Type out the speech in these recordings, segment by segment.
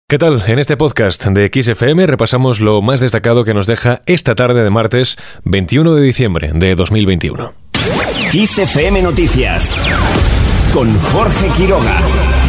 ¿Qué tal? En este podcast de XFM repasamos lo más destacado que nos deja esta tarde de martes 21 de diciembre de 2021. XFM Noticias con Jorge Quiroga.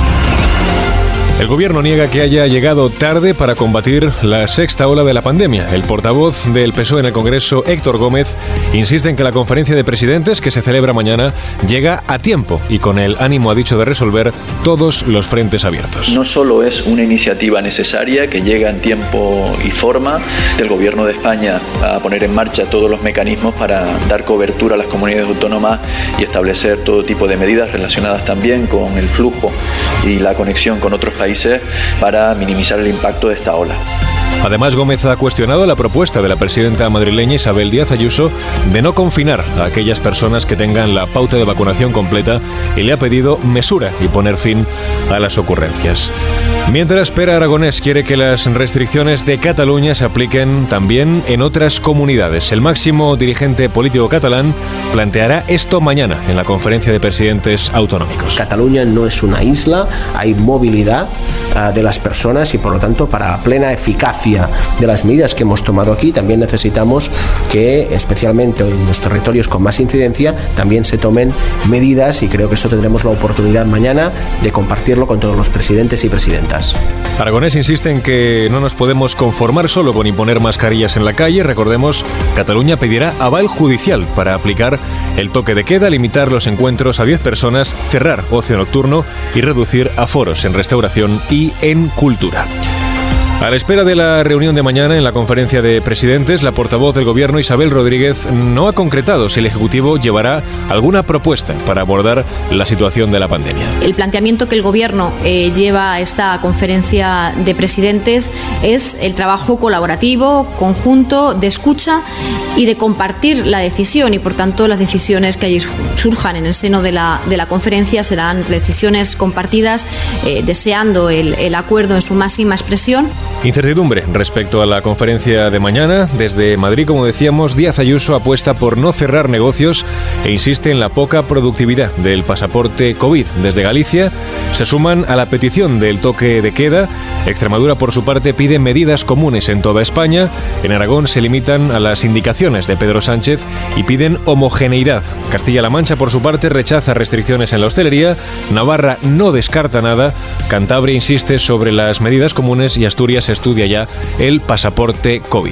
El gobierno niega que haya llegado tarde para combatir la sexta ola de la pandemia. El portavoz del PSOE en el Congreso, Héctor Gómez, insiste en que la conferencia de presidentes que se celebra mañana llega a tiempo y con el ánimo, ha dicho, de resolver todos los frentes abiertos. No solo es una iniciativa necesaria que llega en tiempo y forma del Gobierno de España a poner en marcha todos los mecanismos para dar cobertura a las comunidades autónomas y establecer todo tipo de medidas relacionadas también con el flujo y la conexión con otros países para minimizar el impacto de esta ola. Además, Gómez ha cuestionado la propuesta de la presidenta madrileña Isabel Díaz Ayuso de no confinar a aquellas personas que tengan la pauta de vacunación completa y le ha pedido mesura y poner fin a las ocurrencias. Mientras, Pere Aragonés quiere que las restricciones de Cataluña se apliquen también en otras comunidades. El máximo dirigente político catalán planteará esto mañana en la conferencia de presidentes autonómicos. Cataluña no es una isla, hay movilidad de las personas y por lo tanto para plena eficacia de las medidas que hemos tomado aquí también necesitamos que especialmente en los territorios con más incidencia también se tomen medidas y creo que esto tendremos la oportunidad mañana de compartirlo con todos los presidentes y presidentas. Aragonés insiste en que no nos podemos conformar solo con imponer mascarillas en la calle. Recordemos, Cataluña pedirá aval judicial para aplicar el toque de queda, limitar los encuentros a 10 personas, cerrar ocio nocturno y reducir aforos en restauración y en cultura. A la espera de la reunión de mañana en la conferencia de presidentes, la portavoz del Gobierno, Isabel Rodríguez, no ha concretado si el Ejecutivo llevará alguna propuesta para abordar la situación de la pandemia. El planteamiento que el Gobierno lleva a esta conferencia de presidentes es el trabajo colaborativo, conjunto, de escucha y de compartir la decisión y, por tanto, las decisiones que allí surjan en el seno de la conferencia serán decisiones compartidas, deseando el acuerdo en su máxima expresión. Incertidumbre respecto a la conferencia de mañana. Desde Madrid, como decíamos, Díaz Ayuso apuesta por no cerrar negocios e insiste en la poca productividad del pasaporte COVID. Desde Galicia se suman a la petición del toque de queda. Extremadura, por su parte, pide medidas comunes en toda España. En Aragón se limitan a las indicaciones de Pedro Sánchez y piden homogeneidad. Castilla-La Mancha, por su parte, rechaza restricciones en la hostelería. Navarra no descarta nada. Cantabria insiste sobre las medidas comunes y Asturias estudia ya el pasaporte COVID.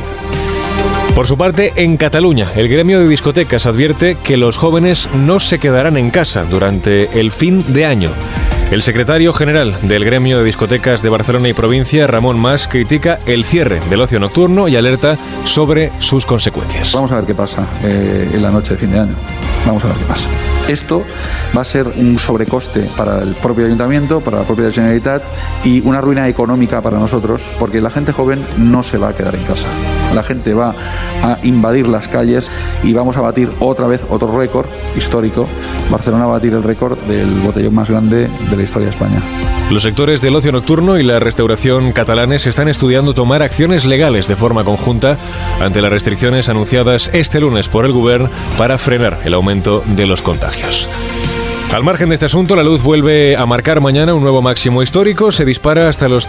Por su parte, en Cataluña, el gremio de discotecas advierte que los jóvenes no se quedarán en casa durante el fin de año. El secretario general del gremio de discotecas de Barcelona y provincia, Ramón Mas, critica el cierre del ocio nocturno y alerta sobre sus consecuencias. Vamos a ver qué pasa en la noche de fin de año. Vamos a ver qué pasa. Esto va a ser un sobrecoste para el propio ayuntamiento, para la propia Generalitat y una ruina económica para nosotros, porque la gente joven no se va a quedar en casa. La gente va a invadir las calles y vamos a batir otra vez otro récord histórico. Barcelona va a batir el récord del botellón más grande de la historia de España. Los sectores del ocio nocturno y la restauración catalanes están estudiando tomar acciones legales de forma conjunta ante las restricciones anunciadas este lunes por el Govern para frenar el aumento de los contagios. Al margen de este asunto, la luz vuelve a marcar mañana un nuevo máximo histórico. Se dispara hasta los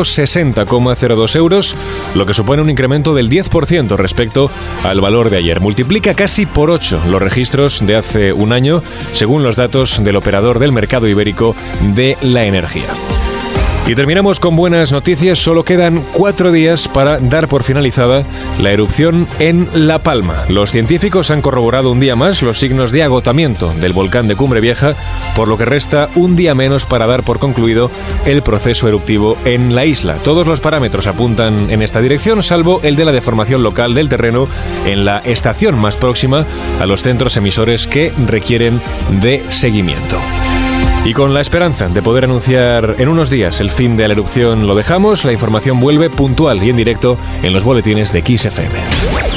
360,02 euros, lo que supone un incremento del 10% respecto al valor de ayer. Multiplica casi por 8 los registros de hace un año, según los datos del operador del mercado ibérico de la energía. Y terminamos con buenas noticias. Solo quedan 4 días para dar por finalizada la erupción en La Palma. Los científicos han corroborado un día más los signos de agotamiento del volcán de Cumbre Vieja, por lo que resta un día menos para dar por concluido el proceso eruptivo en la isla. Todos los parámetros apuntan en esta dirección, salvo el de la deformación local del terreno en la estación más próxima a los centros emisores que requieren de seguimiento. Y con la esperanza de poder anunciar en unos días el fin de la erupción, lo dejamos. La información vuelve puntual y en directo en los boletines de XFM.